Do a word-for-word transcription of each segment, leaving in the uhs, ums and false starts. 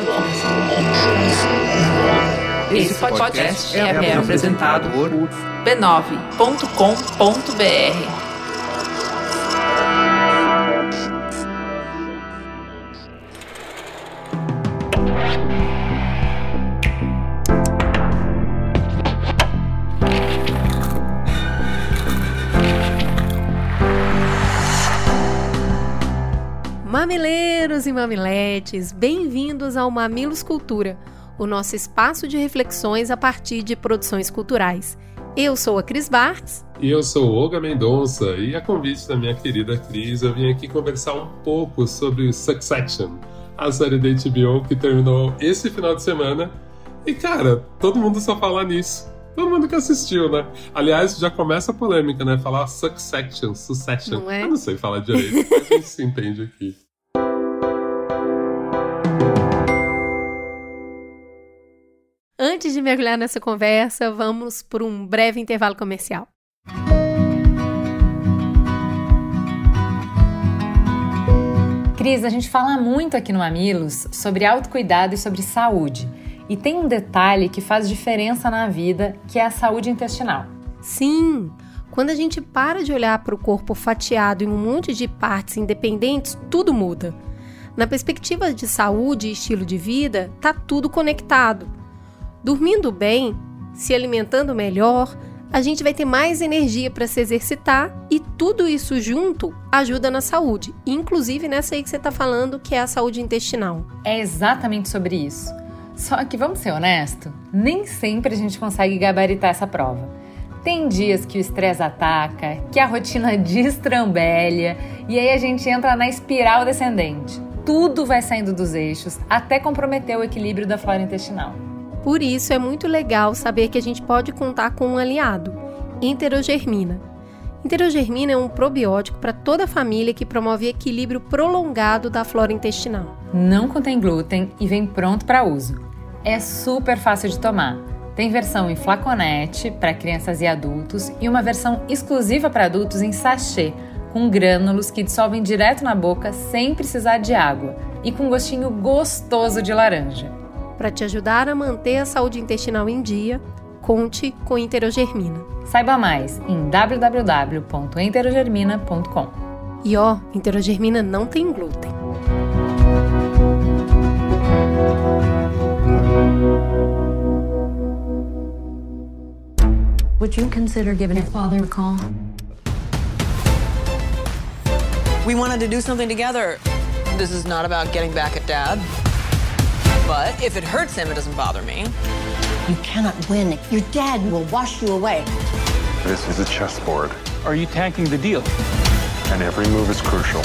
Esse podcast é, é apresentado por b nove ponto com ponto b r. Mamileiros e mamiletes, bem-vindos ao Mamilos Cultura, o nosso espaço de reflexões a partir de produções culturais. Eu sou a Cris Bartz. E eu sou o Olga Mendonça, e a convite da minha querida Cris, eu vim aqui conversar um pouco sobre Succession, a série da H B O que terminou esse final de semana. E cara, todo mundo só fala nisso. Todo mundo que assistiu, né? Aliás, já começa a polêmica, né? Falar Succession, Succession. Não é? Eu não sei falar direito, mas a gente se entende aqui. Antes de mergulhar nessa conversa, vamos por um breve intervalo comercial. Cris, a gente fala muito aqui no Mamilos sobre autocuidado e sobre saúde. E tem um detalhe que faz diferença na vida, que é a saúde intestinal. Sim! Quando a gente para de olhar para o corpo fatiado em um monte de partes independentes, tudo muda. Na perspectiva de saúde e estilo de vida, tá tudo conectado. Dormindo bem, se alimentando melhor, a gente vai ter mais energia para se exercitar e tudo isso junto ajuda na saúde, inclusive nessa aí que você está falando, que é a saúde intestinal. É exatamente sobre isso. Só que, vamos ser honestos, nem sempre a gente consegue gabaritar essa prova. Tem dias que o estresse ataca, que a rotina destrambelha e aí a gente entra na espiral descendente. Tudo vai saindo dos eixos até comprometer o equilíbrio da flora intestinal. Por isso é muito legal saber que a gente pode contar com um aliado, Enterogermina. Enterogermina é um probiótico para toda a família que promove equilíbrio prolongado da flora intestinal. Não contém glúten e vem pronto para uso. É super fácil de tomar. Tem versão em flaconete para crianças e adultos e uma versão exclusiva para adultos em sachê, com grânulos que dissolvem direto na boca sem precisar de água e com um gostinho gostoso de laranja. Para te ajudar a manter a saúde intestinal em dia, conte com Enterogermina. Saiba mais em w w w ponto enterogermina ponto com. E ó, Enterogermina não tem glúten. Would you consider giving your father a call? We wanted to do something together. This is not about getting back at Dad. But if it hurts him, it doesn't bother me. You cannot win. Your dad will wash you away. This is a chessboard. Are you tanking the deal? And every move is crucial.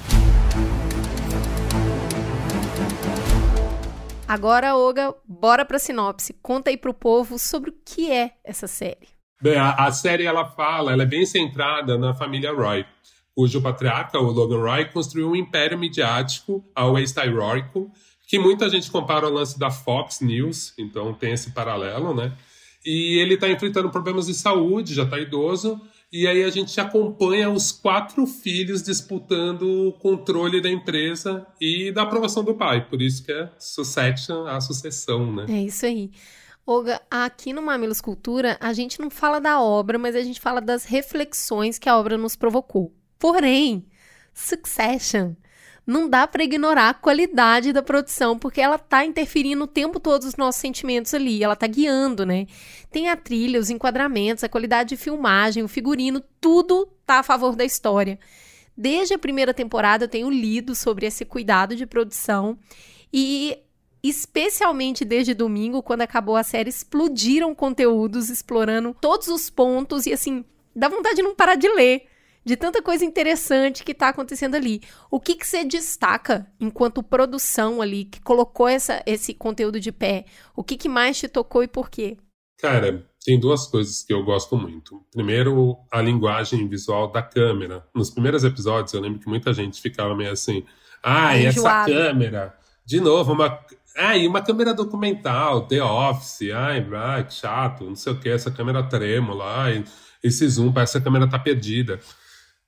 Agora, Olga, bora pra sinopse. Conta aí pro povo sobre o que é essa série. Bem, a, a série, ela fala, ela é bem centrada na família Roy, cujo patriarca, o Logan Roy, construiu um império midiático ao ex-Tyroico, que muita gente compara ao lance da Fox News, então tem esse paralelo, né? E ele está enfrentando problemas de saúde, já está idoso, e aí a gente acompanha os quatro filhos disputando o controle da empresa e da aprovação do pai, por isso que é Succession, a sucessão, né? É isso aí. Olga, aqui no Mamilos Cultura, a gente não fala da obra, mas a gente fala das reflexões que a obra nos provocou. Porém, Succession não dá para ignorar a qualidade da produção, porque ela tá interferindo o tempo todo os nossos sentimentos ali, ela tá guiando, né? Tem a trilha, os enquadramentos, a qualidade de filmagem, o figurino, tudo tá a favor da história. Desde a primeira temporada eu tenho lido sobre esse cuidado de produção e, especialmente desde domingo, quando acabou a série, explodiram conteúdos explorando todos os pontos e, assim, dá vontade de não parar de ler. De tanta coisa interessante que está acontecendo ali. O que que você destaca enquanto produção ali, que colocou essa, esse conteúdo de pé? O que que mais te tocou e por quê? Cara, tem duas coisas que eu gosto muito. Primeiro, a linguagem visual da câmera. Nos primeiros episódios, eu lembro que muita gente ficava meio assim, ah, e essa câmera, de novo, uma... Ah, e uma câmera documental, The Office, ai, ai, que chato, não sei o que, essa câmera trêmula, ai, esse zoom, parece que a câmera tá perdida.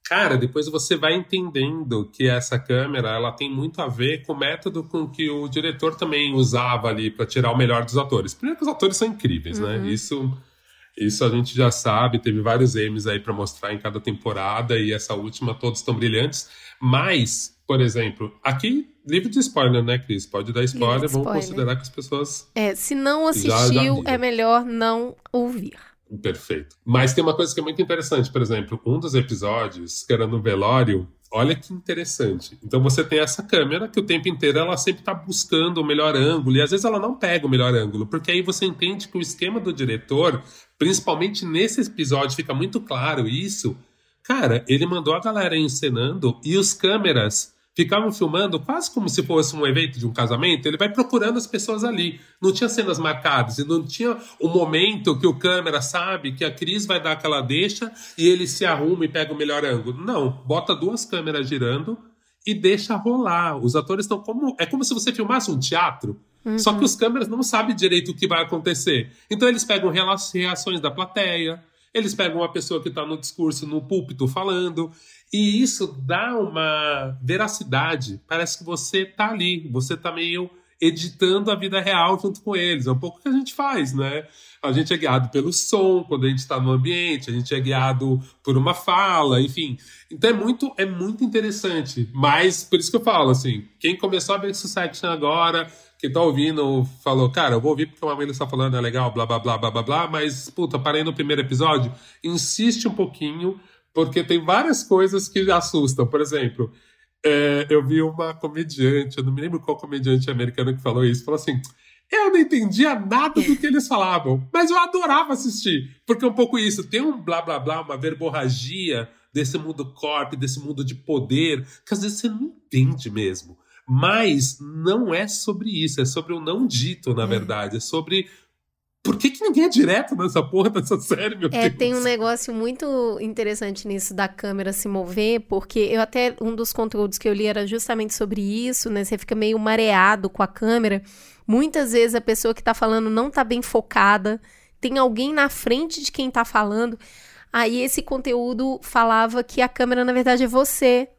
Cara, depois você vai entendendo que essa câmera ela tem muito a ver com o método com que o diretor também usava ali para tirar o melhor dos atores. Primeiro que os atores são incríveis, uhum. né? Isso, isso a gente já sabe, teve vários Emmys aí para mostrar em cada temporada e essa última todos estão brilhantes. Mas, por exemplo, aqui, livre de spoiler, né, Cris? Pode dar spoiler, vamos considerar que as pessoas... É, se não assistiu, já, já é melhor não ouvir. Perfeito. Mas tem uma coisa que é muito interessante, por exemplo, um dos episódios, que era no velório, olha que interessante. Então você tem essa câmera que o tempo inteiro ela sempre está buscando o melhor ângulo, e às vezes ela não pega o melhor ângulo, porque aí você entende que o esquema do diretor, principalmente nesse episódio, fica muito claro isso. Cara, ele mandou a galera encenando e os câmeras ficavam filmando quase como se fosse um evento de um casamento. Ele vai procurando as pessoas ali. Não tinha cenas marcadas e não tinha o momento que o câmera sabe que a Cris vai dar aquela deixa e ele se arruma e pega o melhor ângulo. Não, bota duas câmeras girando e deixa rolar. Os atores estão como... É como se você filmasse um teatro, uhum. só que os câmeras não sabem direito o que vai acontecer. Então eles pegam reações da plateia, eles pegam uma pessoa que está no discurso, no púlpito, falando... E isso dá uma veracidade. Parece que você tá ali, você tá meio editando a vida real junto com eles. É um pouco o que a gente faz, né? A gente é guiado pelo som quando a gente está no ambiente, a gente é guiado por uma fala, enfim. Então é muito, é muito interessante. Mas, por isso que eu falo, assim, quem começou a ver Succession agora, quem tá ouvindo, falou, cara, eu vou ouvir porque o Mamilos está falando, é legal, blá, blá, blá, blá, blá, blá, mas, puta, parei no primeiro episódio. Insiste um pouquinho, porque tem várias coisas que assustam. Por exemplo, é, eu vi uma comediante, eu não me lembro qual comediante americano que falou isso, falou assim, eu não entendia nada do que eles falavam, mas eu adorava assistir. Porque é um pouco isso, tem um blá blá blá, uma verborragia desse mundo corp, desse mundo de poder, que às vezes você não entende mesmo. Mas não é sobre isso, é sobre o não dito, na verdade, é sobre... Por que, que ninguém é direto nessa porra dessa série, meu é, Deus? Tem um negócio muito interessante nisso da câmera se mover, porque eu até, um dos conteúdos que eu li era justamente sobre isso, né? Você fica meio mareado com a câmera. Muitas vezes a pessoa que tá falando não tá bem focada, tem alguém na frente de quem tá falando. Aí esse conteúdo falava que a câmera, na verdade, é você,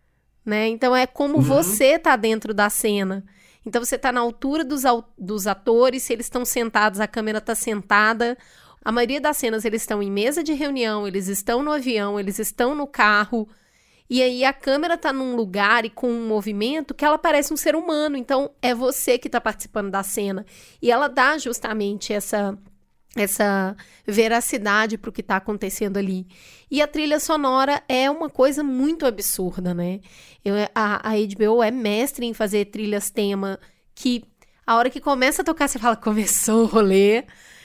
né? Então é como uhum. você tá dentro da cena. Então você está na altura dos, dos atores, se eles estão sentados, a câmera está sentada. A maioria das cenas eles estão em mesa de reunião, eles estão no avião, eles estão no carro. E aí a câmera está num lugar e com um movimento que ela parece um ser humano. Então é você que está participando da cena. E ela dá justamente essa... essa veracidade para o que está acontecendo ali. E a trilha sonora é uma coisa muito absurda, né? Eu, a, a H B O é mestre em fazer trilhas tema que a hora que começa a tocar você fala, começou o rolê.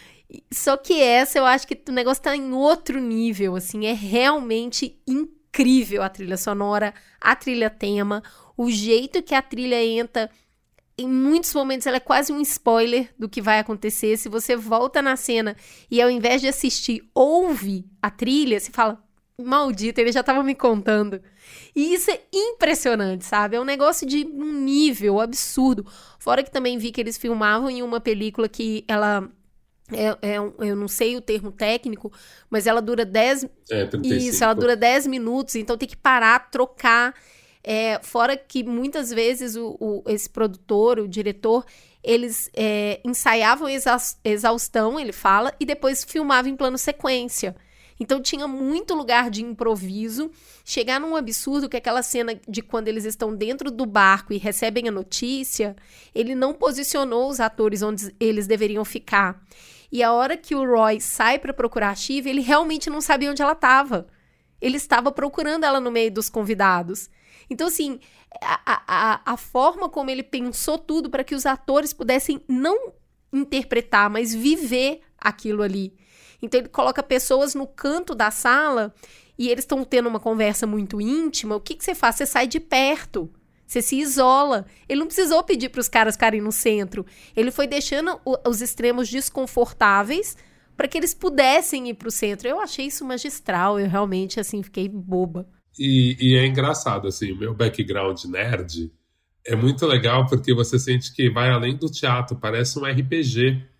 Só que essa eu acho que o negócio está em outro nível, assim, é realmente incrível a trilha sonora, a trilha tema, o jeito que a trilha entra. Em muitos momentos ela é quase um spoiler do que vai acontecer. Se você volta na cena e ao invés de assistir, ouve a trilha, você fala, maldito, ele já estava me contando. E isso é impressionante, sabe? É um negócio de um nível absurdo. Fora que também vi que eles filmavam em uma película que ela... É, é, eu não sei o termo técnico, mas ela dura dez... É, trinta e cinco. Isso, ela dura dez minutos, então tem que parar, trocar... É, fora que muitas vezes o, o, esse produtor, o diretor, eles é, ensaiavam exaus, exaustão, ele fala, e depois filmavam em plano sequência. Então tinha muito lugar de improviso, chegar num absurdo que aquela cena de quando eles estão dentro do barco e recebem a notícia, ele não posicionou os atores onde eles deveriam ficar. E a hora que o Roy sai para procurar a Shiv, ele realmente não sabia onde ela estava. Ele estava procurando ela no meio dos convidados. Então, assim, a, a, a forma como ele pensou tudo para que os atores pudessem não interpretar, mas viver aquilo ali. Então, ele coloca pessoas no canto da sala e eles estão tendo uma conversa muito íntima. O que, que você faz? Você sai de perto, você se isola. Ele não precisou pedir para os caras ficarem no centro. Ele foi deixando o, os extremos desconfortáveis para que eles pudessem ir para o centro. Eu achei isso magistral, eu realmente, assim, fiquei boba. E, e é engraçado, assim, o meu background nerd é muito legal porque você sente que vai além do teatro, parece um R P G.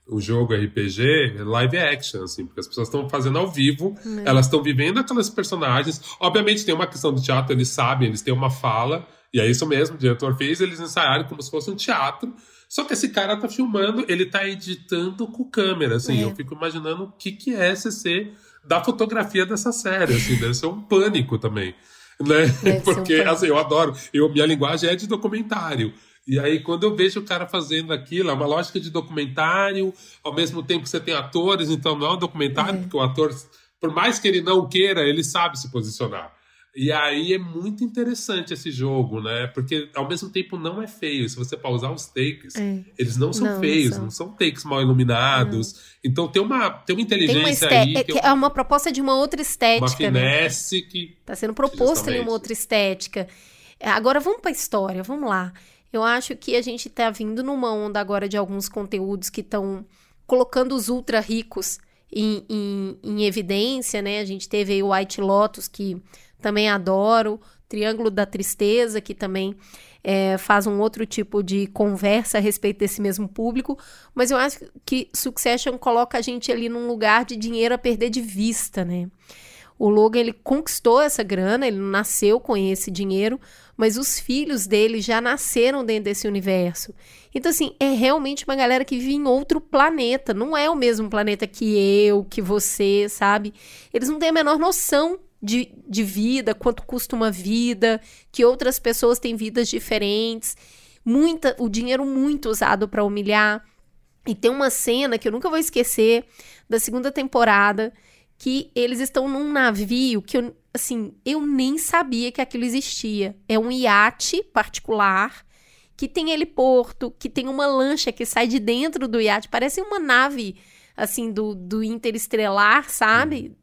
o jogo R P G live action, assim, porque as pessoas estão fazendo ao vivo, é. elas estão vivendo aquelas personagens. Obviamente tem uma questão do teatro, eles sabem, eles têm uma fala, e é isso mesmo, o diretor fez, eles ensaiaram como se fosse um teatro, só que esse cara tá filmando, ele tá editando com câmera, assim, é. eu fico imaginando o que, que é C C da fotografia dessa série, assim, deve ser um pânico também, né? Porque, um assim, eu adoro, eu, minha linguagem é de documentário. E aí, quando eu vejo o cara fazendo aquilo, é uma lógica de documentário, ao mesmo tempo que você tem atores, então não é um documentário, uhum. porque o ator, por mais que ele não queira, ele sabe se posicionar. E aí é muito interessante esse jogo, né? Porque, ao mesmo tempo, não é feio. Se você pausar os takes, é. eles não são não, feios, não são. não são takes mal iluminados. Não. Então tem uma, tem uma inteligência tem uma aí... É, que é uma proposta de uma outra estética, uma finesse, né? Que... Tá sendo proposta em uma outra estética. Agora, vamos pra história, vamos lá. Eu acho que a gente tá vindo numa onda agora de alguns conteúdos que estão colocando os ultra ricos em, em, em evidência, né? A gente teve aí o White Lotus, que também adoro, Triângulo da Tristeza, que também é, faz um outro tipo de conversa a respeito desse mesmo público, mas eu acho que Succession coloca a gente ali num lugar de dinheiro a perder de vista, né? O Logan, ele conquistou essa grana, ele nasceu com esse dinheiro, mas os filhos dele já nasceram dentro desse universo. Então, assim, é realmente uma galera que vive em outro planeta. Não é o mesmo planeta que eu, que você, sabe? Eles não têm a menor noção de, de vida, quanto custa uma vida, que outras pessoas têm vidas diferentes. Muita, o dinheiro muito usado para humilhar. E tem uma cena que eu nunca vou esquecer, da segunda temporada, que eles estão num navio que, eu, assim, eu nem sabia que aquilo existia. É um iate particular que tem heliporto, que tem uma lancha que sai de dentro do iate. Parece uma nave, assim, do, do interestelar, sabe?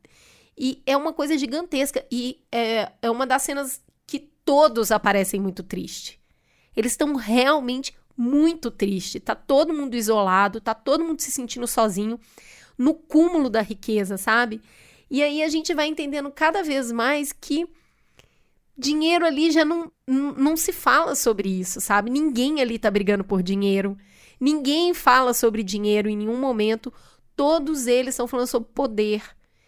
E é uma coisa gigantesca. E é, é uma das cenas que todos aparecem muito tristes. Eles estão realmente muito tristes. Tá todo mundo isolado, tá todo mundo se sentindo sozinho, no cúmulo da riqueza, sabe? E aí a gente vai entendendo cada vez mais que dinheiro ali já não, não, não se fala sobre isso, sabe? Ninguém ali tá brigando por dinheiro, ninguém fala sobre dinheiro em nenhum momento, todos eles estão falando sobre poder.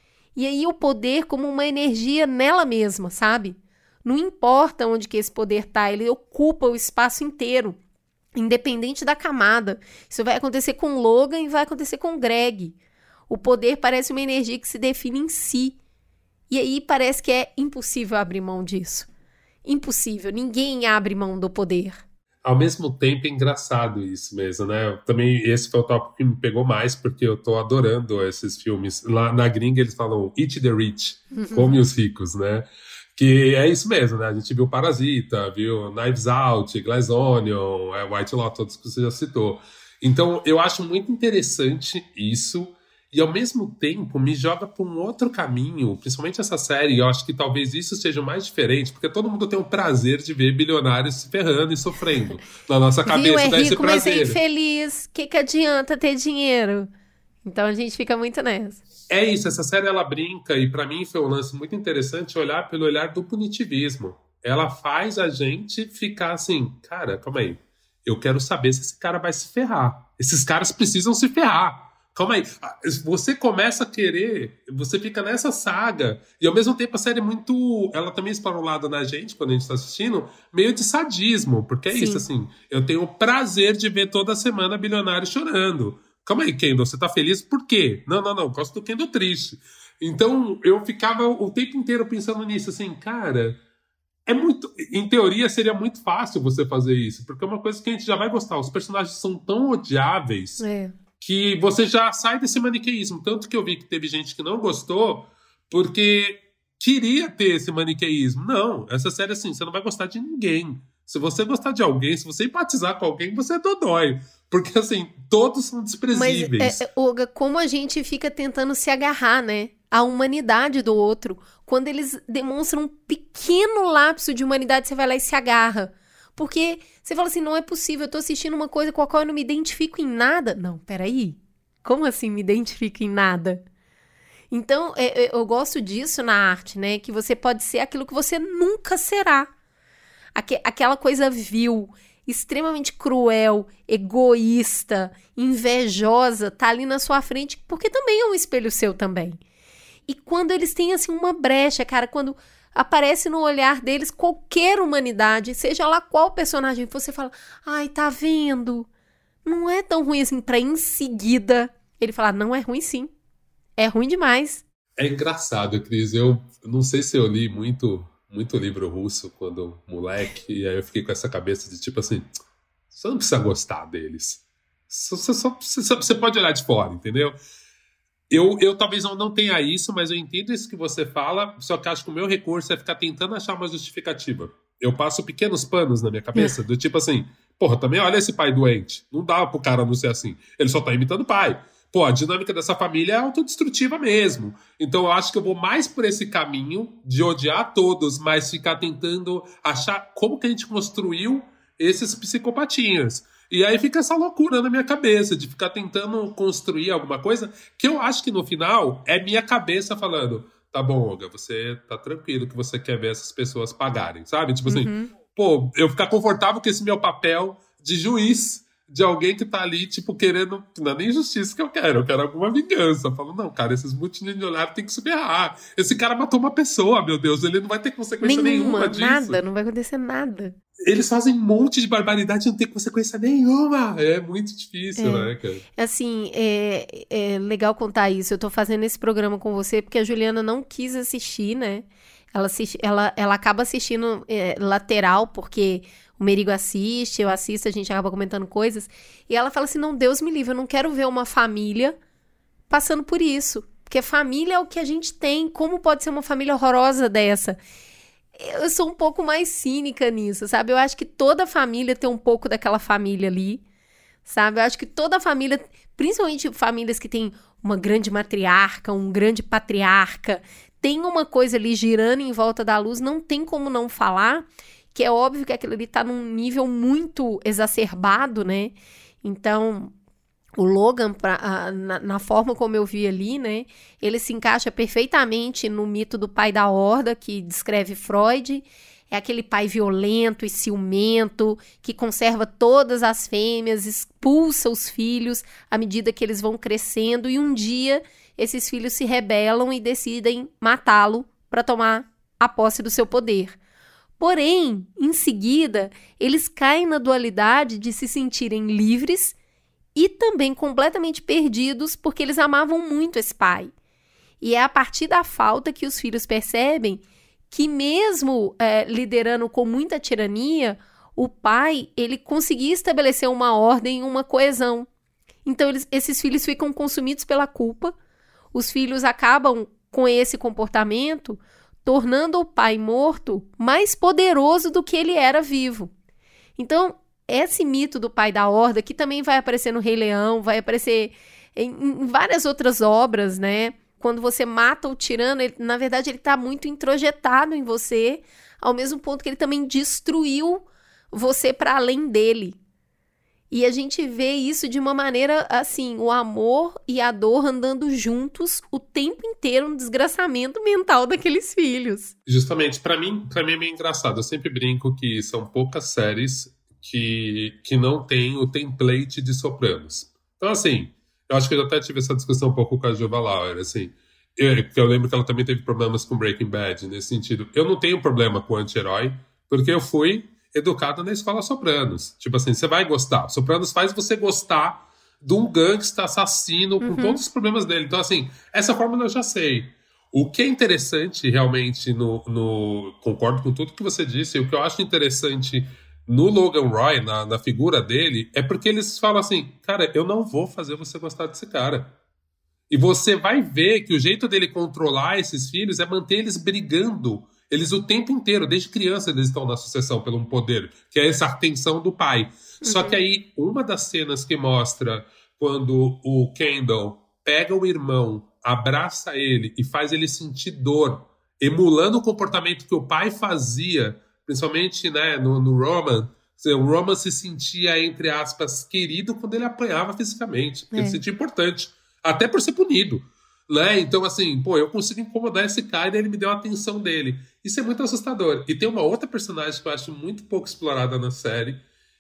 E aí o poder como uma energia nela mesma, sabe? Não importa onde que esse poder tá, ele ocupa o espaço inteiro, independente da camada. Isso vai acontecer com Logan e vai acontecer com Greg. O poder parece uma energia que se define em si. E aí parece que é impossível abrir mão disso. Impossível. Ninguém abre mão do poder. Ao mesmo tempo é engraçado isso mesmo, né? Também esse foi o tópico que me pegou mais, porque eu tô adorando esses filmes. Lá na gringa eles falam Eat the Rich, come os ricos, né? Que é isso mesmo, né? A gente viu Parasita, viu Knives Out, Glass Onion, é, White Lotus, todos que você já citou. Então eu acho muito interessante isso. E, ao mesmo tempo, me joga para um outro caminho, principalmente essa série. Eu acho que talvez isso seja o mais diferente, porque todo mundo tem o prazer de ver bilionários se ferrando e sofrendo. Na nossa cabeça Viu, é dá esse rico, prazer. Mas é infeliz. O que, que adianta ter dinheiro? Então a gente fica muito nessa. É isso, essa série ela brinca, e para mim foi um lance muito interessante olhar pelo olhar do punitivismo. Ela faz a gente ficar assim, cara, calma aí. Eu quero saber se esse cara vai se ferrar. Esses caras precisam se ferrar. Calma aí, você começa a querer, você fica nessa saga, e ao mesmo tempo a série é muito, ela também explora um lado na gente, quando a gente tá assistindo, meio de sadismo, porque é Sim. isso, assim, eu tenho o prazer de ver toda semana bilionário chorando. Calma aí, Kendall, você tá feliz por quê? Não, não, não, gosto do Kendall triste. Então, eu ficava o tempo inteiro pensando nisso, assim, cara, é muito, em teoria seria muito fácil você fazer isso, porque é uma coisa que a gente já vai gostar, os personagens são tão odiáveis, é. que você já sai desse maniqueísmo. Tanto que eu vi que teve gente que não gostou porque queria ter esse maniqueísmo. Não, essa série assim, você não vai gostar de ninguém. Se você gostar de alguém, se você empatizar com alguém, você é dodói. Porque assim, todos são desprezíveis. Mas, é, Olga, como a gente fica tentando se agarrar, né? A humanidade do outro. Quando eles demonstram um pequeno lapso de humanidade, você vai lá e se agarra. Porque você fala assim, não é possível, eu tô assistindo uma coisa com a qual eu não me identifico em nada. Não, peraí. Como assim me identifico em nada? Então, é, é, eu gosto disso na arte, né? Que você pode ser aquilo que você nunca será. Aque, aquela coisa vil. extremamente cruel, egoísta, invejosa, tá ali na sua frente, porque também é um espelho seu também. E quando eles têm, assim, uma brecha, cara, quando aparece no olhar deles qualquer humanidade, seja lá qual personagem, você fala, ai, tá vendo? Não é tão ruim assim, pra em seguida ele falar, não é ruim sim, é ruim demais. É engraçado, Cris, eu não sei se eu li muito, muito livro russo quando moleque, e aí eu fiquei com essa cabeça de tipo assim, você não precisa gostar deles, você, só, você, você pode olhar de fora, entendeu? Eu, eu talvez não, não tenha isso, mas eu entendo isso que você fala, só que acho que o meu recurso é ficar tentando achar uma justificativa. Eu passo pequenos panos na minha cabeça, do tipo assim, porra, também olha esse pai doente, não dá pro cara não ser assim, ele só tá imitando o pai. Pô, a dinâmica dessa família é autodestrutiva mesmo. Então eu acho que eu vou mais por esse caminho de odiar todos, mas ficar tentando achar como que a gente construiu esses psicopatinhas. E aí fica essa loucura na minha cabeça, de ficar tentando construir alguma coisa, que eu acho que no final é minha cabeça falando, tá bom, Olga, você tá tranquilo que você quer ver essas pessoas pagarem, sabe? Tipo assim, Uhum. pô, eu ficar confortável com esse meu papel de juiz, de alguém que tá ali, tipo, querendo, não é nem justiça que eu quero, eu quero alguma vingança. Eu falo, não, cara, esses multimilionários tem que se ferrar. Esse cara matou uma pessoa, meu Deus, ele não vai ter consequência nenhuma, nenhuma disso. Nada, não vai acontecer nada. Eles fazem um monte de barbaridade e não tem consequência nenhuma. É muito difícil, é. né, cara? Assim, é, é legal contar isso. Eu tô fazendo esse programa com você porque a Juliana não quis assistir, né? Ela, assisti, ela, ela acaba assistindo é, lateral, porque o Merigo assiste, eu assisto, a gente acaba comentando coisas. E ela fala assim, não, Deus me livre, eu não quero ver uma família passando por isso. Porque família é o que a gente tem. Como pode ser uma família horrorosa dessa? Eu sou um pouco mais cínica nisso, sabe? Eu acho que toda família tem um pouco daquela família ali, sabe? Eu acho que toda família, principalmente famílias que tem uma grande matriarca, um grande patriarca, tem uma coisa ali girando em volta da luz, não tem como não falar, que é óbvio que aquilo ali tá num nível muito exacerbado, né? Então, o Logan, pra, a, na, na forma como eu vi ali, né? Ele se encaixa perfeitamente no mito do pai da horda, que descreve Freud. É aquele pai violento e ciumento, que conserva todas as fêmeas, expulsa os filhos à medida que eles vão crescendo, e um dia esses filhos se rebelam e decidem matá-lo para tomar a posse do seu poder. Porém, em seguida, eles caem na dualidade de se sentirem livres e também completamente perdidos porque eles amavam muito esse pai. E é a partir da falta que os filhos percebem que mesmo é, liderando com muita tirania, o pai ele conseguia estabelecer uma ordem e uma coesão. Então eles, esses filhos ficam consumidos pela culpa, os filhos acabam com esse comportamento, tornando o pai morto mais poderoso do que ele era vivo. Então, esse mito do pai da horda, que também vai aparecer no Rei Leão, vai aparecer em, em várias outras obras, né? Quando você mata o tirano, ele, na verdade, ele está muito introjetado em você, ao mesmo ponto que ele também destruiu você para além dele. E a gente vê isso de uma maneira, assim, o amor e a dor andando juntos o tempo inteiro, um desgraçamento mental daqueles filhos. Justamente, para mim, para mim é meio engraçado. Eu sempre brinco que são poucas séries que, que não tem o template de Sopranos. Então, assim, eu acho que eu até tive essa discussão um pouco com a Juva Lauer, assim, eu, eu lembro que ela também teve problemas com Breaking Bad, nesse sentido. Eu não tenho problema com anti-herói, porque eu fui educado na escola Sopranos. Tipo assim, você vai gostar. Sopranos faz você gostar de um gangsta assassino com uhum. todos os problemas dele. Então, assim, essa fórmula eu já sei. O que é interessante realmente no, no... Concordo com tudo que você disse. O que eu acho interessante no Logan Roy, na, na figura dele, é porque eles falam assim, cara, eu não vou fazer você gostar desse cara. E você vai ver que o jeito dele controlar esses filhos é manter eles brigando. Eles o tempo inteiro, desde criança, eles estão na sucessão pelo um poder, que é essa atenção do pai. Uhum. Só que aí, uma das cenas que mostra quando o Kendall pega o irmão, abraça ele e faz ele sentir dor, emulando o comportamento que o pai fazia, principalmente, né, no, no Roman, o Roman se sentia, entre aspas, querido quando ele apanhava fisicamente. É. Ele se sentia importante, até por ser punido. Né? Então, assim, pô, eu consigo incomodar esse cara e ele me deu a atenção dele. Isso é muito assustador. E tem uma outra personagem que eu acho muito pouco explorada na série,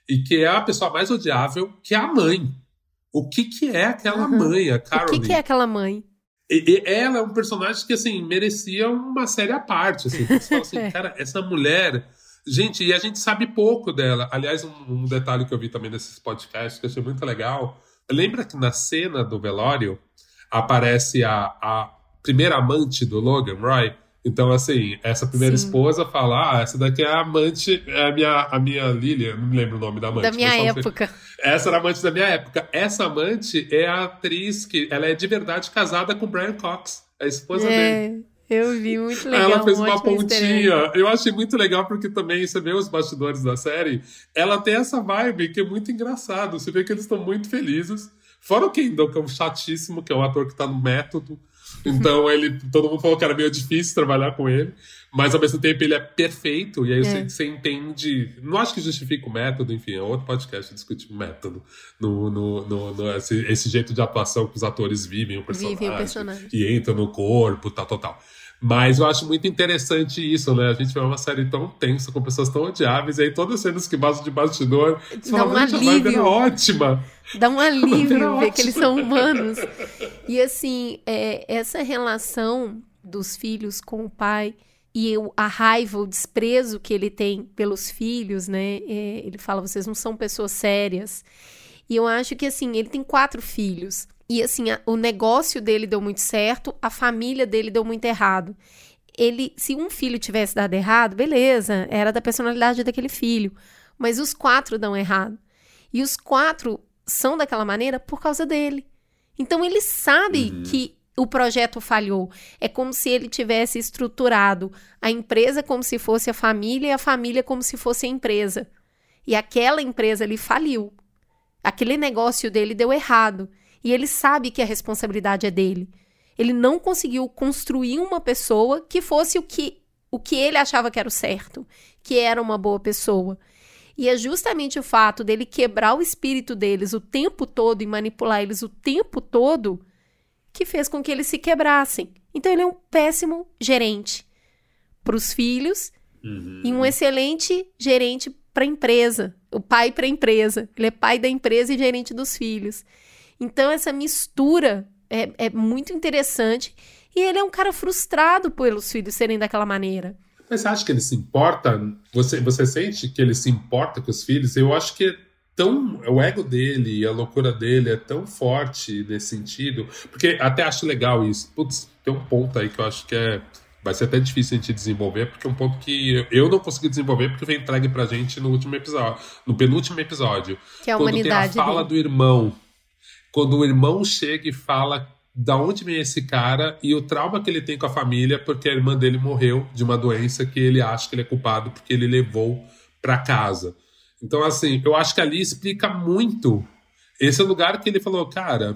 e que é a pessoa mais odiável, que é a mãe. O que que é aquela Uhum. mãe, a O Caroline? que, que é aquela mãe? E, e ela é um personagem que, assim, merecia uma série à parte, assim. Você fala assim, cara, essa mulher... Gente, e a gente sabe pouco dela. Aliás, um, um detalhe que eu vi também nesses podcasts, que eu achei muito legal. Lembra que na cena do velório aparece a, a primeira amante do Logan Roy? Então, assim, essa primeira Sim. esposa fala, ah, essa daqui é a amante, é a minha, a minha Lilian, não me lembro o nome da amante. Da minha mas só- época. Essa era a amante da minha época. Essa amante é a atriz que, ela é de verdade casada com o Brian Cox, a esposa dele. É, eu vi, muito legal. Ela fez um uma ótimo easter egg. pontinha. Eu achei muito legal porque também você vê os bastidores da série. Ela tem essa vibe que é muito engraçado. Você vê que eles estão muito felizes. Fora o Kendall, que é um chatíssimo, que é um ator que tá no método. Então ele, todo mundo falou que era meio difícil trabalhar com ele. Mas ao mesmo tempo ele é perfeito. E aí você, É. você entende. Não acho que justifica o método, enfim, é outro podcast discutir o método. No, no, no, no- esse, esse jeito de atuação que os atores vivem o personagem. Vivem o personagem. E entram no corpo, tal, tal, tal. Mas eu acho muito interessante isso, né? A gente vê uma série tão tensa, com pessoas tão odiáveis, e aí todas as cenas que vazam de bastidor, você Dá fala, um gente, a vibe era alívio. ótima. Dá um alívio Era ver que eles são ótimo. humanos. E assim, é, essa relação dos filhos com o pai e o- a raiva, o desprezo que ele tem pelos filhos, né? É, ele fala, vocês não são pessoas sérias. E eu acho que assim, ele tem quatro filhos. E assim, a- o negócio dele deu muito certo, a família dele deu muito errado. Ele, se um filho tivesse dado errado, beleza, era da personalidade daquele filho. Mas os quatro dão errado. E os quatro são daquela maneira por causa dele. Então ele sabe que o projeto falhou. É como se ele tivesse estruturado a empresa como se fosse a família e a família como se fosse a empresa. E aquela empresa ali faliu. Aquele negócio dele deu errado. E ele sabe que a responsabilidade é dele. Ele não conseguiu construir uma pessoa que fosse o que, o que ele achava que era o certo, que era uma boa pessoa. E é justamente o fato dele quebrar o espírito deles o tempo todo e manipular eles o tempo todo que fez com que eles se quebrassem. Então ele é um péssimo gerente para os filhos e um excelente gerente para a empresa, o pai para a empresa. Ele é pai da empresa e gerente dos filhos. Então essa mistura é, é muito interessante e ele é um cara frustrado pelos filhos serem daquela maneira. Mas você acha que ele se importa? Você, você sente que ele se importa com os filhos? Eu acho que é tão, o ego dele e a loucura dele é tão forte nesse sentido. Porque até acho legal isso. Putz, tem um ponto aí que eu acho que é... Vai ser até difícil a gente desenvolver, porque é um ponto que eu não consegui desenvolver porque foi entregue pra gente no último episódio, no penúltimo episódio. Que é a Quando humanidade tem a fala dele. do irmão. Quando o irmão chega e fala da onde vem esse cara e o trauma que ele tem com a família porque a irmã dele morreu de uma doença que ele acha que ele é culpado porque ele levou pra casa. Então, assim, eu acho que ali explica muito esse lugar que ele falou, cara...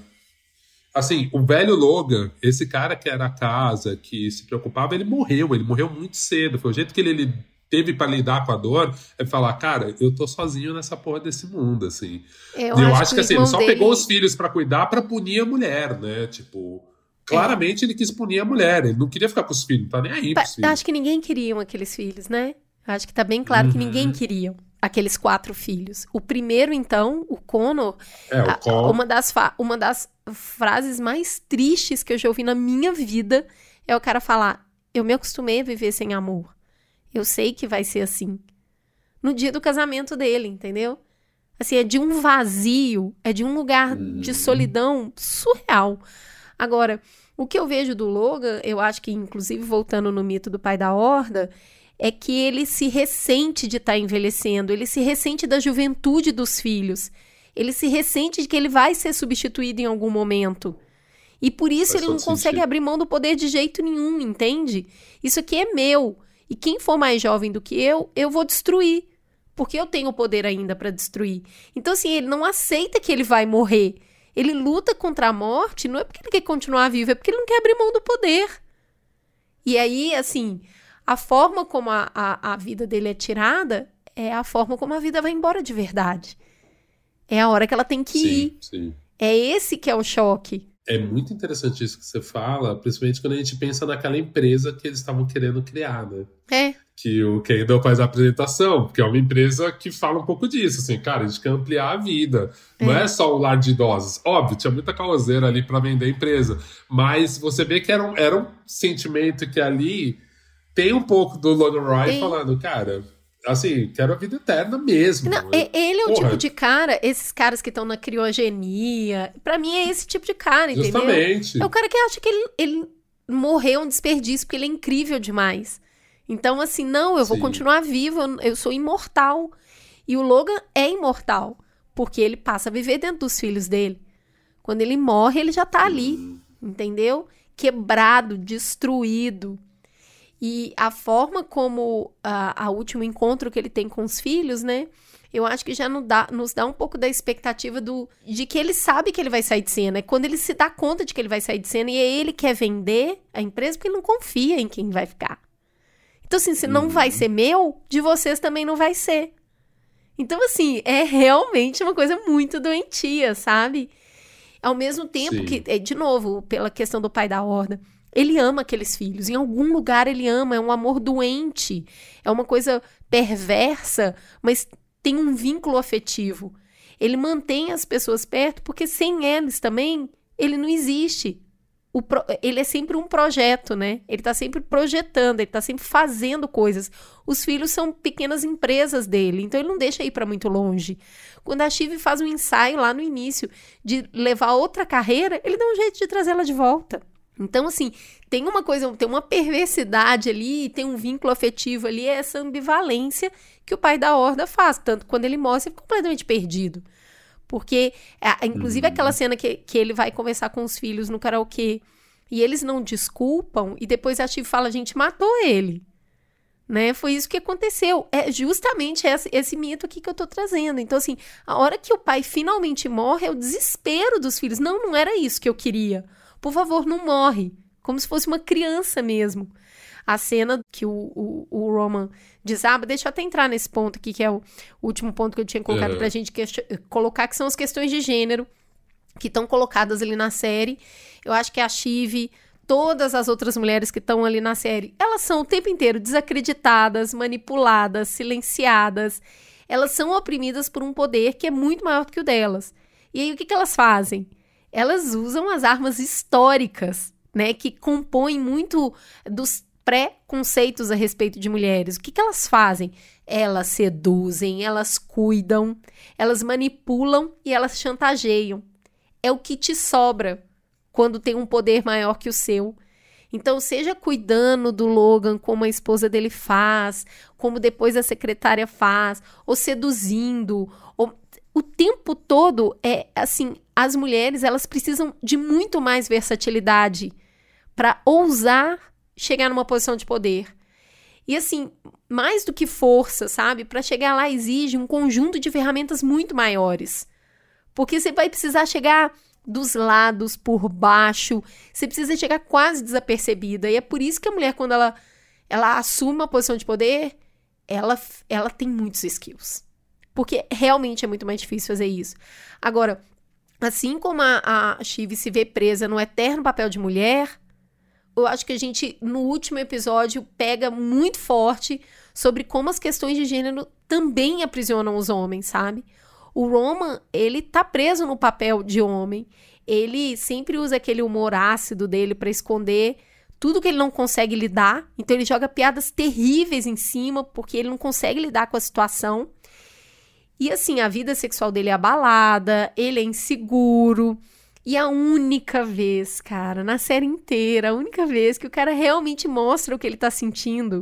Assim, o velho Logan, esse cara que era a casa, que se preocupava, ele morreu, ele morreu muito cedo. Foi o jeito que ele, ele teve pra lidar com a dor, é falar, cara, eu tô sozinho nessa porra desse mundo, assim. Eu, E eu acho, acho que o assim, ele irmão só dele... pegou os filhos pra cuidar pra punir a mulher, né? Tipo, claramente ele quis punir a mulher, ele não queria ficar com os filhos, não tá nem aí Pa- pros filhos. Acho que ninguém queria aqueles filhos, né? Acho que tá bem claro que Uhum. ninguém queria aqueles quatro filhos. O primeiro, então, o Connor, É, o a- Connor. uma, das fa- uma das frases mais tristes que eu já ouvi na minha vida é o cara falar: eu me acostumei a viver sem amor. Eu sei que vai ser assim. No dia do casamento dele, entendeu? Assim, é de um vazio, é de um lugar de solidão surreal. Agora, o que eu vejo do Logan, eu acho que, inclusive, voltando no mito do pai da horda, é que ele se ressente de estar envelhecendo, ele se ressente da juventude dos filhos, ele se ressente de que ele vai ser substituído em algum momento. E por isso Faz ele não todo consegue sentido. abrir mão do poder de jeito nenhum, entende? Isso aqui é meu. E quem for mais jovem do que eu, eu vou destruir. Porque eu tenho o poder ainda para destruir. Então, assim, ele não aceita que ele vai morrer. Ele luta contra a morte, não é porque ele quer continuar vivo, é porque ele não quer abrir mão do poder. E aí, assim, a forma como a, a, a vida dele é tirada é a forma como a vida vai embora de verdade. É a hora que ela tem que ir. Sim, sim. É esse que é o choque. É muito interessante isso que você fala, principalmente quando a gente pensa naquela empresa que eles estavam querendo criar, né? É. que o Kendall faz a apresentação, porque é uma empresa que fala um pouco disso, assim, cara, a gente quer ampliar a vida. É. Não é só um lar de idosos. Óbvio, tinha muita causeira ali para vender a empresa, mas você vê que era um, era um sentimento que ali tem um pouco do Logan Roy tem. falando, cara, assim, quero a vida eterna mesmo. Não, ele é o Porra. tipo de cara, esses caras que estão na criogenia, pra mim é esse tipo de cara, entendeu? Justamente. É o cara que acha que ele, ele morreu um desperdício, porque ele é incrível demais. Então, assim, não, eu vou Sim. continuar vivo, eu, eu sou imortal. E o Logan é imortal, porque ele passa a viver dentro dos filhos dele. Quando ele morre, ele já tá ali, hum. entendeu? Quebrado, destruído. E a forma como a, a último encontro que ele tem com os filhos, né? Eu acho que já nos dá, nos dá um pouco da expectativa do, de que ele sabe que ele vai sair de cena. É quando ele se dá conta de que ele vai sair de cena e ele quer vender a empresa porque ele não confia em quem vai ficar. Então, assim, se não uhum. vai ser meu, de vocês também não vai ser. Então, assim, é realmente uma coisa muito doentia, sabe? Ao mesmo tempo Sim. que, de novo, pela questão do pai da Horda, ele ama aqueles filhos. Em algum lugar ele ama, é um amor doente. É uma coisa perversa, mas tem um vínculo afetivo. Ele mantém as pessoas perto, porque sem eles também, ele não existe. O pro... Ele é sempre um projeto, né? Ele tá sempre projetando, ele tá sempre fazendo coisas. Os filhos são pequenas empresas dele, então ele não deixa ir para muito longe. Quando a Shiv faz um ensaio lá no início de levar outra carreira, ele dá um jeito de trazê-la de volta. Então, assim, tem uma coisa, tem uma perversidade ali, tem um vínculo afetivo ali, essa ambivalência que o pai da Horda faz. Tanto quando ele morre, ele fica completamente perdido. Porque, inclusive, uhum. aquela cena que, que ele vai conversar com os filhos no karaokê e eles não desculpam, e depois a Shiv fala, a gente matou ele. Né? Foi isso que aconteceu. É justamente esse, esse mito aqui que eu tô trazendo. Então, assim, a hora que o pai finalmente morre, é o desespero dos filhos. Não, não era isso que eu queria. Por favor, não morre. Como se fosse uma criança mesmo. A cena que o, o, o Roman desaba, deixa eu até entrar nesse ponto aqui, que é o último ponto que eu tinha colocado uhum. pra gente question- colocar, que são as questões de gênero que estão colocadas ali na série. Eu acho que a Shiv, todas as outras mulheres que estão ali na série, elas são o tempo inteiro desacreditadas, manipuladas, silenciadas. Elas são oprimidas por um poder que é muito maior do que o delas. E aí, o que, que elas fazem? Elas usam as armas históricas, né, que compõem muito dos pré-conceitos a respeito de mulheres. O que, que elas fazem? Elas seduzem, elas cuidam, elas manipulam e elas chantageiam. É o que te sobra quando tem um poder maior que o seu. Então, seja cuidando do Logan como a esposa dele faz, como depois a secretária faz, ou seduzindo, ou... o tempo todo, é assim, as mulheres, elas precisam de muito mais versatilidade para ousar chegar numa posição de poder. E assim, mais do que força, sabe? Para chegar lá exige um conjunto de ferramentas muito maiores. Porque você vai precisar chegar dos lados, por baixo, você precisa chegar quase desapercebida. E é por isso que a mulher, quando ela, ela assume uma posição de poder, ela, ela tem muitos skills. Porque realmente é muito mais difícil fazer isso. Agora, assim como a, a Shiv se vê presa no eterno papel de mulher, eu acho que a gente, no último episódio, pega muito forte sobre como as questões de gênero também aprisionam os homens, sabe? O Roman, ele tá preso no papel de homem. Ele sempre usa aquele humor ácido dele pra esconder tudo que ele não consegue lidar. Então ele joga piadas terríveis em cima, porque ele não consegue lidar com a situação. E assim, a vida sexual dele é abalada, ele é inseguro. E a única vez, cara, na série inteira, a única vez que o cara realmente mostra o que ele tá sentindo,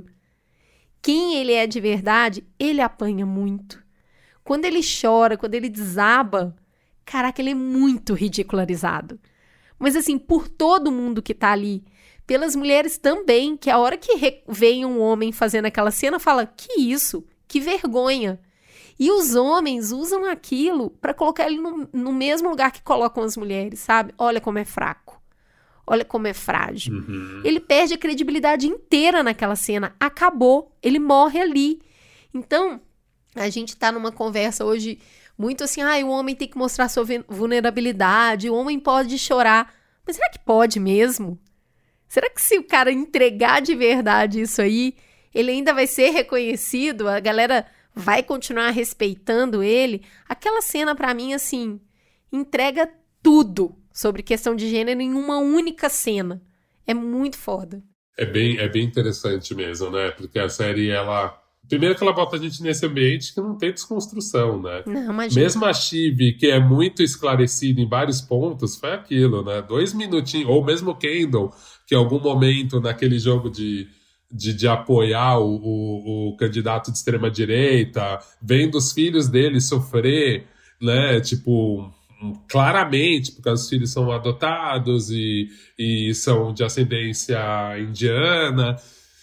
quem ele é de verdade, ele apanha muito. Quando ele chora, quando ele desaba, caraca, ele é muito ridicularizado. Mas assim, por todo mundo que tá ali, pelas mulheres também, que a hora que re- vem um homem fazendo aquela cena, fala, que isso? Que vergonha. E os homens usam aquilo para colocar ele no, no mesmo lugar que colocam as mulheres, sabe? Olha como é fraco. Olha como é frágil. Uhum. Ele perde a credibilidade inteira naquela cena. Acabou. Ele morre ali. Então, a gente tá numa conversa hoje muito assim, ah, o homem tem que mostrar sua vulnerabilidade, o homem pode chorar. Mas será que pode mesmo? Será que se o cara entregar de verdade isso aí, ele ainda vai ser reconhecido, a galera vai continuar respeitando ele. Aquela cena, pra mim, assim, entrega tudo sobre questão de gênero em uma única cena. É muito foda. É bem, é bem interessante mesmo, né? Porque a série, ela... Primeiro que ela bota a gente nesse ambiente que não tem desconstrução, né? Não, imagina. Mesmo a Shiv, que é muito esclarecida em vários pontos, foi aquilo, né? Dois minutinhos, ou mesmo o Kendall, que em algum momento naquele jogo de, de, de apoiar o, o, o candidato de extrema-direita, vendo os filhos dele sofrer, né? Tipo, claramente, porque os filhos são adotados e, e são de ascendência indiana...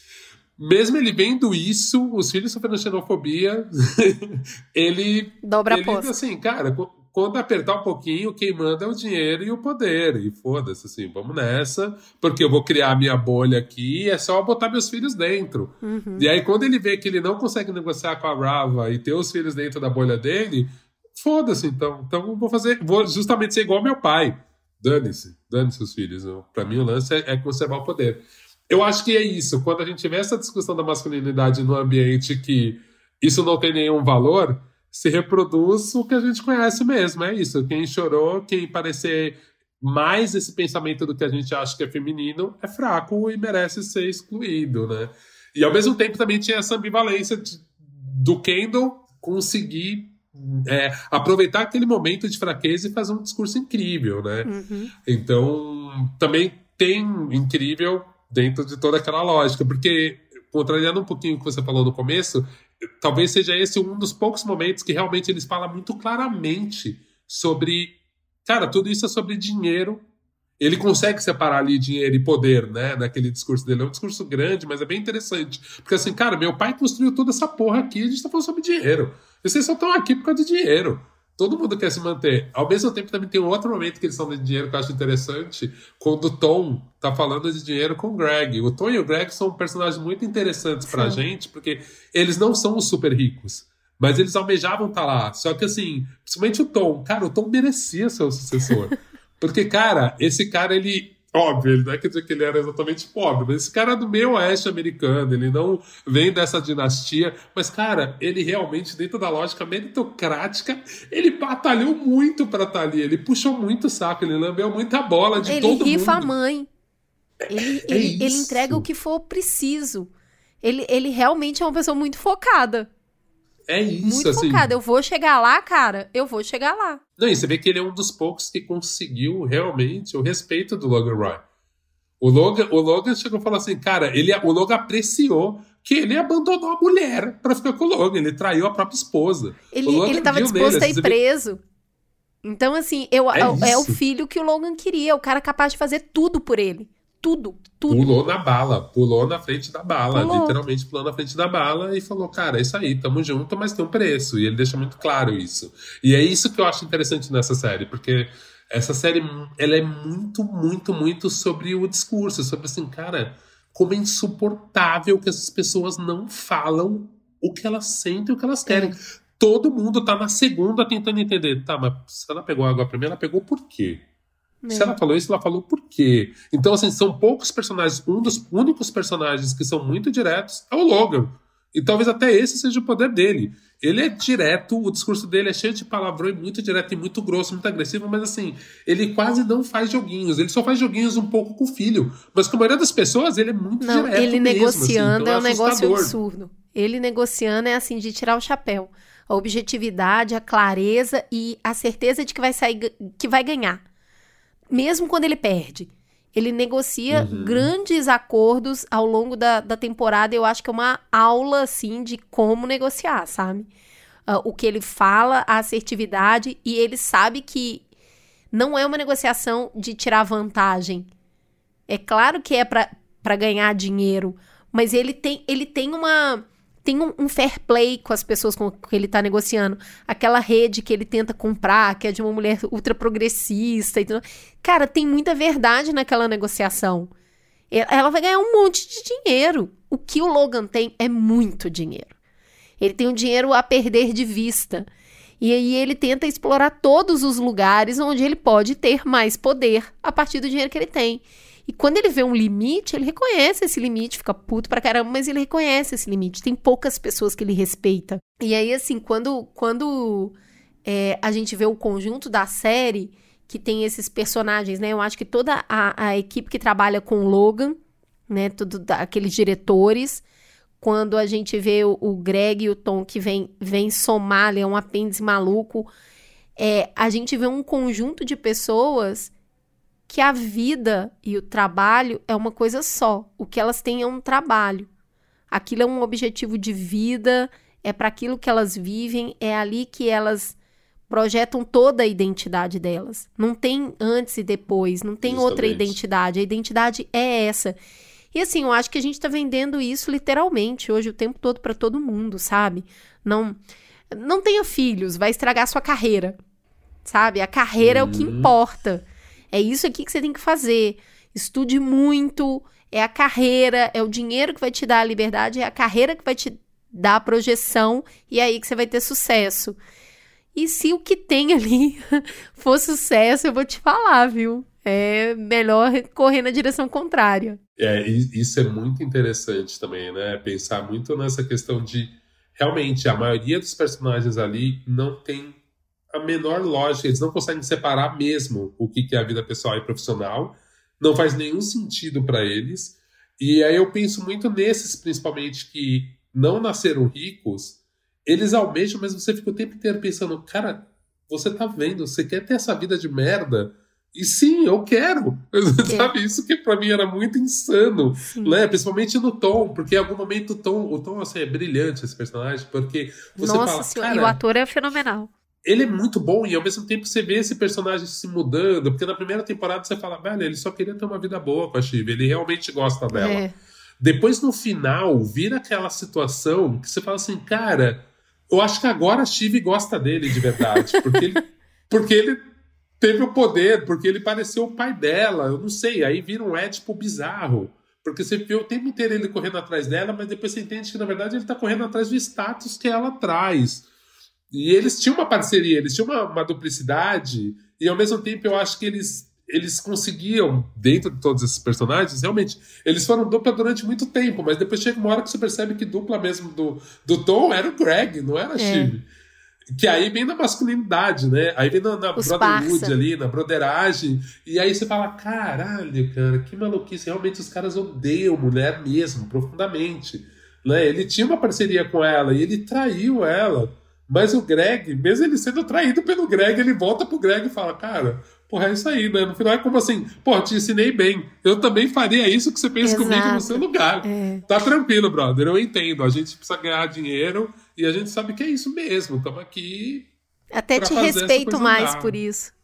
Mesmo ele vendo isso, os filhos sofrendo xenofobia, ele... Dobra ele, a posta. assim, cara, quando apertar um pouquinho, quem manda é o dinheiro e o poder. E foda-se, assim, vamos nessa, porque eu vou criar minha bolha aqui e é só botar meus filhos dentro. Uhum. E aí, quando ele vê que ele não consegue negociar com a Rava e ter os filhos dentro da bolha dele, foda-se, então. Então, eu vou fazer... Vou justamente ser igual ao meu pai. Dane-se, dane-se os filhos. Pra mim, o lance é, é conservar o poder. Eu acho que é isso. Quando a gente vê essa discussão da masculinidade no ambiente que isso não tem nenhum valor, se reproduz o que a gente conhece mesmo. É isso. Quem chorou, quem parecer mais esse pensamento do que a gente acha que é feminino, é fraco e merece ser excluído, né? E ao mesmo tempo também tinha essa ambivalência de, do Kendall conseguir é, aproveitar aquele momento de fraqueza e fazer um discurso incrível, né? Uhum. Então, também tem incrível... dentro de toda aquela lógica, porque, contrariando um pouquinho o que você falou no começo, talvez seja esse um dos poucos momentos que realmente eles falam muito claramente sobre, cara, tudo isso é sobre dinheiro. Ele consegue separar ali dinheiro e poder, né, naquele discurso dele. É um discurso grande, mas é bem interessante, porque assim, cara, meu pai construiu toda essa porra aqui, a gente tá falando sobre dinheiro. Vocês só estão aqui por causa de dinheiro. Todo mundo quer se manter. Ao mesmo tempo, também tem um outro momento que eles são de dinheiro que eu acho interessante, quando o Tom tá falando de dinheiro com o Greg. O Tom e o Greg são personagens muito interessantes pra Sim. gente, porque eles não são os super ricos, mas eles almejavam estar lá. Só que, assim, principalmente o Tom. Cara, o Tom merecia ser o sucessor. Porque, cara, esse cara, ele... Óbvio, ele não é quer dizer que ele era exatamente pobre, mas esse cara é do meio oeste americano, ele não vem dessa dinastia, mas, cara, ele realmente, dentro da lógica meritocrática, ele batalhou muito pra estar ali, ele puxou muito o saco, ele lambeu muita bola de ele todo mundo. Ele rifa a mãe. Ele, é ele, ele entrega o que for preciso. Ele, ele realmente é uma pessoa muito focada. É isso, muito assim. focada. Eu vou chegar lá, cara, eu vou chegar lá. Não, e você vê que ele é um dos poucos que conseguiu realmente o respeito do Logan Roy. O Logan, o Logan chegou e falou assim, cara, ele, o Logan apreciou que ele abandonou a mulher pra ficar com o Logan, ele traiu a própria esposa. Ele, o Logan ele tava viu disposto nele, a ir você vê- preso. Então, assim, eu, É é, é o isso. filho que o Logan queria, o cara capaz de fazer tudo por ele. Tudo, tudo. Pulou na bala, pulou na frente da bala, Pulou. literalmente pulou na frente da bala e falou, cara, é isso aí, tamo junto, mas tem um preço. E ele deixa muito claro isso. E é isso que eu acho interessante nessa série, porque essa série, ela é muito, muito, muito sobre o discurso, sobre assim, cara, como é insuportável que essas pessoas não falam o que elas sentem, o que elas querem. É. Todo mundo tá na segunda tentando entender. Tá, mas se ela pegou água primeiro, ela pegou por quê? Se ela falou isso, ela falou por quê? Então, assim, são poucos personagens. Um dos únicos personagens que são muito diretos é o Logan. E talvez até esse seja o poder dele. Ele é direto, o discurso dele é cheio de palavrão e muito direto e muito grosso, muito agressivo, mas assim, ele quase não faz joguinhos. Ele só faz joguinhos um pouco com o filho. Mas com a maioria das pessoas, ele é muito Não, direto ele mesmo, negociando assim, então é um negócio assustador. absurdo. Ele negociando é assim, de tirar o chapéu. A objetividade, a clareza e a certeza de que vai sair, que vai ganhar. Mesmo quando ele perde. Ele negocia Uhum. grandes acordos ao longo da, da temporada. Eu acho que é uma aula, assim, de como negociar, sabe? Uh, o que ele fala, a assertividade. E ele sabe que não é uma negociação de tirar vantagem. É claro que é pra, pra ganhar dinheiro. Mas ele tem, ele tem uma... Tem um, um fair play com as pessoas com que ele tá negociando. Aquela rede que ele tenta comprar, que é de uma mulher ultra progressista. E tudo. Cara, tem muita verdade naquela negociação. Ela vai ganhar um monte de dinheiro. O que o Logan tem é muito dinheiro. Ele tem um dinheiro a perder de vista. E aí ele tenta explorar todos os lugares onde ele pode ter mais poder a partir do dinheiro que ele tem. E quando ele vê um limite, ele reconhece esse limite, fica puto pra caramba, mas ele reconhece esse limite. Tem poucas pessoas que ele respeita. E aí, assim, quando, quando é, a gente vê o conjunto da série, que tem esses personagens, né? Eu acho que toda a, a equipe que trabalha com o Logan, né? Tudo da, aqueles diretores, quando a gente vê o, o Greg e o Tom que vem, vem somar, ele é um apêndice maluco, é, a gente vê um conjunto de pessoas que a vida e o trabalho é uma coisa só. O que elas têm é um trabalho. Aquilo é um objetivo de vida, é para aquilo que elas vivem, é ali que elas projetam toda a identidade delas. Não tem antes e depois, não tem Justamente. outra identidade. A identidade é essa. E assim, eu acho que a gente tá vendendo isso literalmente hoje, o tempo todo para todo mundo, sabe? Não, não tenha filhos, vai estragar a sua carreira, sabe? A carreira hum. é o que importa. É isso aqui que você tem que fazer. Estude muito, é a carreira, é o dinheiro que vai te dar a liberdade, é a carreira que vai te dar a projeção, e é aí que você vai ter sucesso. E se o que tem ali for sucesso, eu vou te falar, viu? É melhor correr na direção contrária. É, isso é muito interessante também, né? Pensar muito nessa questão de, realmente, a maioria dos personagens ali não tem a menor lógica, eles não conseguem separar mesmo o que é a vida pessoal e profissional, não faz nenhum sentido para eles, e aí eu penso muito nesses, principalmente, que não nasceram ricos, eles almejam, mas você fica o tempo inteiro pensando, cara, você tá vendo, você quer ter essa vida de merda? E sim, eu quero, é. sabe, isso que pra mim era muito insano, né? Principalmente no Tom, porque em algum momento o Tom, o Tom assim, é brilhante esse personagem, porque você Nossa fala, senhora, cara, e o ator é fenomenal. Ele é muito bom e ao mesmo tempo você vê esse personagem se mudando, porque na primeira temporada você fala, velho, ele só queria ter uma vida boa com a Shiv, ele realmente gosta dela. É. Depois no final, vira aquela situação que você fala assim, cara, eu acho que agora a Shiv gosta dele de verdade, porque ele, porque ele teve o poder, porque ele pareceu o pai dela, eu não sei, aí vira um Édipo bizarro. Porque você vê o tempo inteiro ele correndo atrás dela, mas depois você entende que na verdade ele tá correndo atrás do status que ela traz. E eles tinham uma parceria, eles tinham uma, uma duplicidade, e ao mesmo tempo eu acho que eles, eles conseguiam, dentro de todos esses personagens, realmente, eles foram dupla durante muito tempo, mas depois chega uma hora que você percebe que dupla mesmo do, do Tom era o Greg, não era a Shiv. É. Que aí vem na masculinidade, né? Aí vem na, na brotherhood parça. ali, na broderagem, e aí você fala, caralho, cara, que maluquice, realmente os caras odeiam mulher mesmo, profundamente. Né? Ele tinha uma parceria com ela, e ele traiu ela. Mas o Greg, mesmo ele sendo traído pelo Greg, ele volta pro Greg e fala, cara, porra, é isso aí, né? No final é como assim, pô, te ensinei bem. Eu também faria isso que você pensa Exato. comigo no seu lugar. É. Tá tranquilo, brother, eu entendo. A gente precisa ganhar dinheiro e a gente sabe que é isso mesmo. Estamos aqui. Até te respeito mais por isso.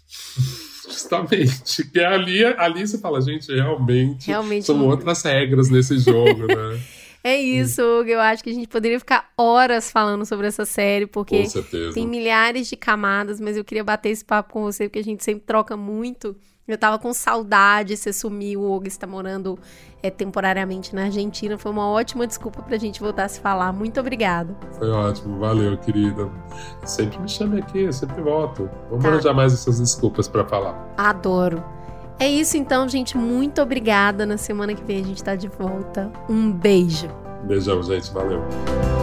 Justamente. Que ali, ali você fala, gente, realmente, realmente são outras regras nesse jogo, né? É isso, Hugo. Eu acho que a gente poderia ficar horas falando sobre essa série, porque tem milhares de camadas, mas eu queria bater esse papo com você, porque a gente sempre troca muito. Eu tava com saudade, você sumiu, o Hugo está morando é, temporariamente na Argentina. Foi uma ótima desculpa pra gente voltar a se falar. Muito obrigada. Foi ótimo, valeu, querida. Sempre me chame aqui, eu sempre volto. Vamos tá. arranjar mais essas desculpas pra falar. Adoro. É isso então, gente. Muito obrigada. Na semana que vem a gente tá de volta. Um beijo. Beijão, gente. Valeu.